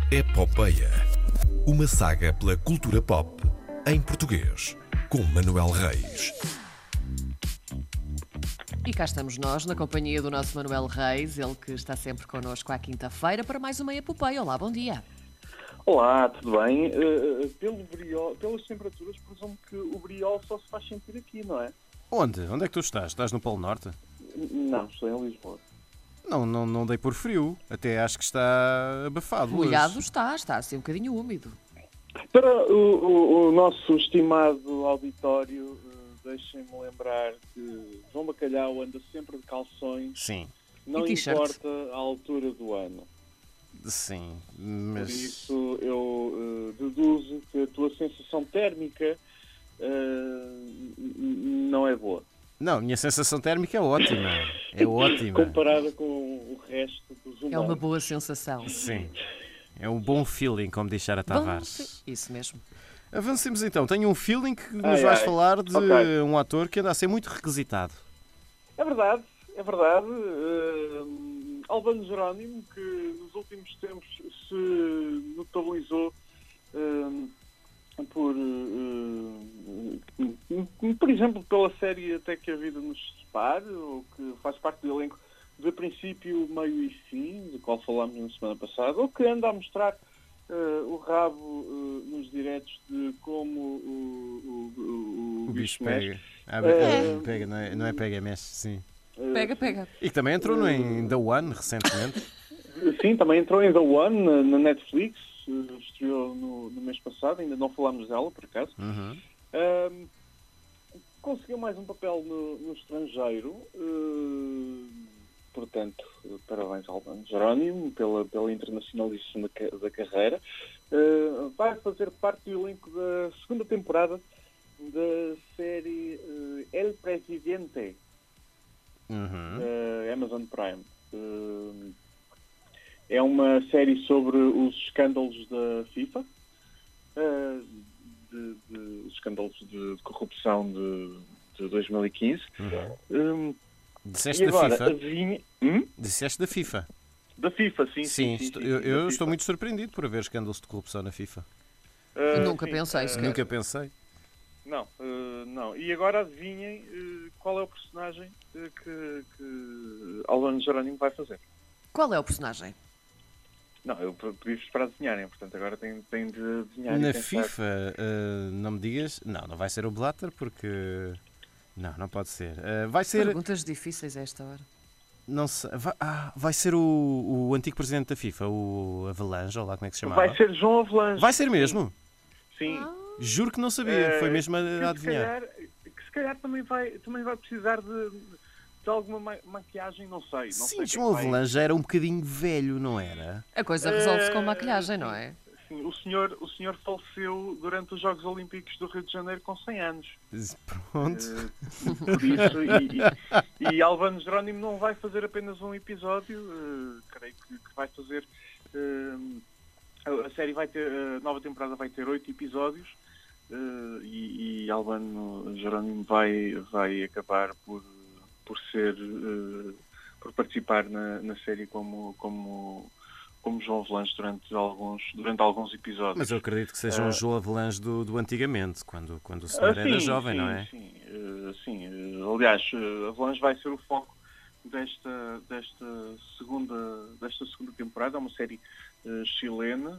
Epopeia. Uma saga pela cultura pop em português, com Manuel Reis. E cá estamos nós, na companhia do nosso Manuel Reis, ele que está sempre connosco à quinta-feira para mais uma Epopeia. Olá, bom dia. Olá, tudo bem? Pelas temperaturas, presumo que o briol só se faz sentir aqui, não é? Onde? Onde é que tu estás? Estás no Polo Norte? Não, estou em Lisboa. Não dei por frio. Até acho que está abafado Molhado hoje. está assim um bocadinho úmido. Para o nosso estimado auditório, deixem-me lembrar que João Bacalhau anda sempre de calções, Sim, não E t-shirt. importa a altura do ano. sim. Por Mas isso eu deduzo que a tua sensação térmica não é boa. não, a minha sensação térmica é ótima. É ótima. Comparada com o resto dos humanos. É uma boa sensação. Sim. É um bom feeling, como diz Sara Tavares. Isso mesmo. Avancemos então. Tenho um feeling que nos Ai, vais ai. falar de Ok. um ator que anda a ser muito requisitado. É verdade, é verdade. Albano Jerónimo, que nos últimos tempos se notabilizou por exemplo, pela série Até que a Vida nos Separe, ou que faz parte do elenco de princípio, meio e fim, do qual falámos na semana passada, ou que anda a mostrar o rabo nos diretos de como o bicho mexe. Pega, não é pega, mexe, sim. Pega. E que também entrou em The One recentemente. Sim, também entrou em The One na Netflix, estreou no mês passado, ainda não falámos dela, por acaso. Uhum. Conseguiu mais um papel no estrangeiro, portanto, parabéns ao Albano Jerónimo pela internacionalização da carreira. Vai fazer parte do elenco da segunda temporada da série El Presidente, Uhum. da Amazon Prime. É uma série sobre os escândalos da FIFA, os escândalos de corrupção de 2015. Uhum. Disseste E da agora, FIFA? adivinha... Disseste da FIFA. Da FIFA, sim. Sim, sim, eu da estou FIFA. muito surpreendido por haver escândalos de corrupção na FIFA. Nunca Sim, pensei sequer. Nunca pensei. Não. E agora adivinhem qual é o personagem que Albano Jerónimo vai fazer. Qual é o personagem? Não, eu pedi-vos para adivinharem, portanto agora tenho de adivinhar. Na e pensar. FIFA, não me digas. Não vai ser o Blatter porque. Não pode ser. Vai ser. Perguntas difíceis a esta hora. Não sei. Vai ser o antigo presidente da FIFA, o Avalanche, ou lá como é que se chamava? Vai ser João Avalanche. Vai ser mesmo? Sim. Juro que não sabia. Foi mesmo a Que adivinhar. se calhar também vai precisar de alguma maquiagem, não sei. Sim, o que é João que vai- Avalanche já era um bocadinho velho, não era? A coisa resolve-se com maquilhagem, não é? Sim, o senhor faleceu durante os Jogos Olímpicos do Rio de Janeiro com 100 anos. Pronto. Por isso, e Albano Jerónimo não vai fazer apenas um episódio, creio que vai fazer... a série vai ter, a nova temporada vai ter 8 episódios, e Albano Jerónimo vai acabar por participar na série como João Avalanche durante alguns episódios. Mas eu acredito que seja um João Avalanche do antigamente, quando o senhor era jovem, não é? Sim. Aliás, Avalanche vai ser o foco desta segunda temporada. É uma série chilena.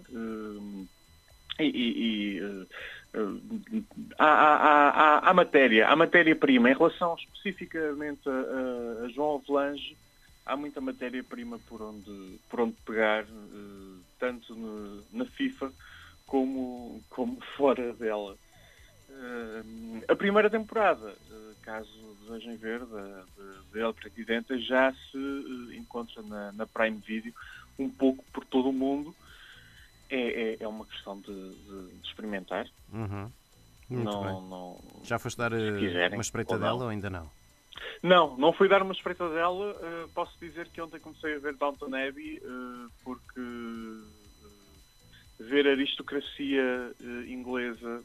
Há matéria-prima em relação especificamente a João Avalanche. Há muita matéria-prima por onde pegar, tanto na FIFA como fora dela. A primeira temporada, caso desejem ver, de El Presidente, já se encontra na Prime Video, um pouco por todo o mundo. É uma questão de experimentar. Uhum. Muito bem. Não, Já foste dar se quiserem, uma espreita ou não. dela ou ainda não? Não fui dar uma espreita dela. Posso dizer que ontem comecei a ver Downton Abbey, porque ver a aristocracia inglesa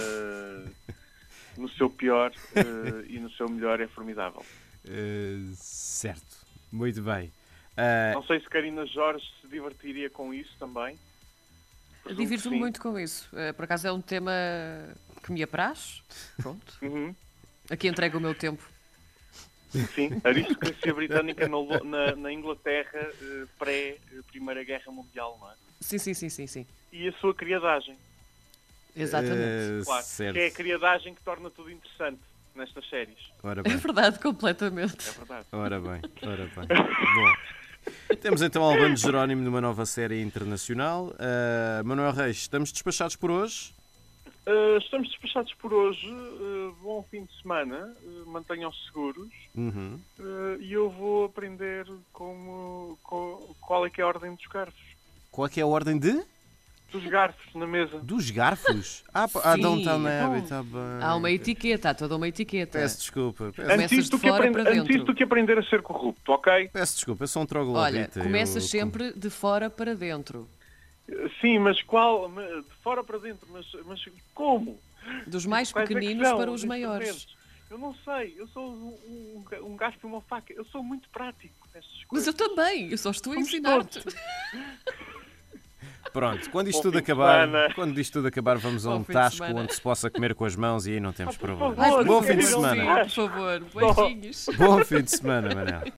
no seu pior e no seu melhor é formidável. Certo. Muito bem. Não sei se Karina Jorge se divertiria com isso também. Presumo que Divirto-me sim. muito com isso. Por acaso é um tema que me apraz. Pronto. Uhum. Aqui entrego o meu tempo. Sim, aristocracia britânica na Inglaterra pré-Primeira Guerra Mundial, não é? Sim. E a sua criadagem, Exatamente. claro. Certo. Que é a criadagem que torna tudo interessante nestas séries. Ora É bem, verdade, completamente. É verdade. ora bem. Bom, temos então Albano Jerónimo numa nova série internacional. Manuel Reis, estamos despachados por hoje? Estamos despachados por hoje. Bom fim de semana. Mantenham-se seguros. Uhum. E eu vou aprender qual é que é a ordem dos garfos. Qual é que é a ordem Dos garfos na mesa. dos garfos? Sim. Downtown Abbey, está bem. Há uma etiqueta, há toda uma etiqueta. Peço desculpa. Começas de fora para Antes dentro. disso do que aprender a ser corrupto, ok? Peço desculpa, eu sou um Olha, troglodita. começas sempre de fora para dentro. Sim, mas qual? De fora para dentro, mas como? Dos mais Quais é que pequeninos são para os os maiores. instrumentos? Eu não sei, eu sou um garfo e uma faca, eu sou muito prático nestas Mas coisas. eu também, eu só estou a Somos ensinar-te. todos. Pronto, quando isto Bom tudo fim de acabar, semana. vamos a Bom um fim de tasco semana. onde se possa comer com as mãos e aí não temos por problema. favor, Bom fim de querido, semana. Por favor, beijinhos. Bom fim de semana, Manel.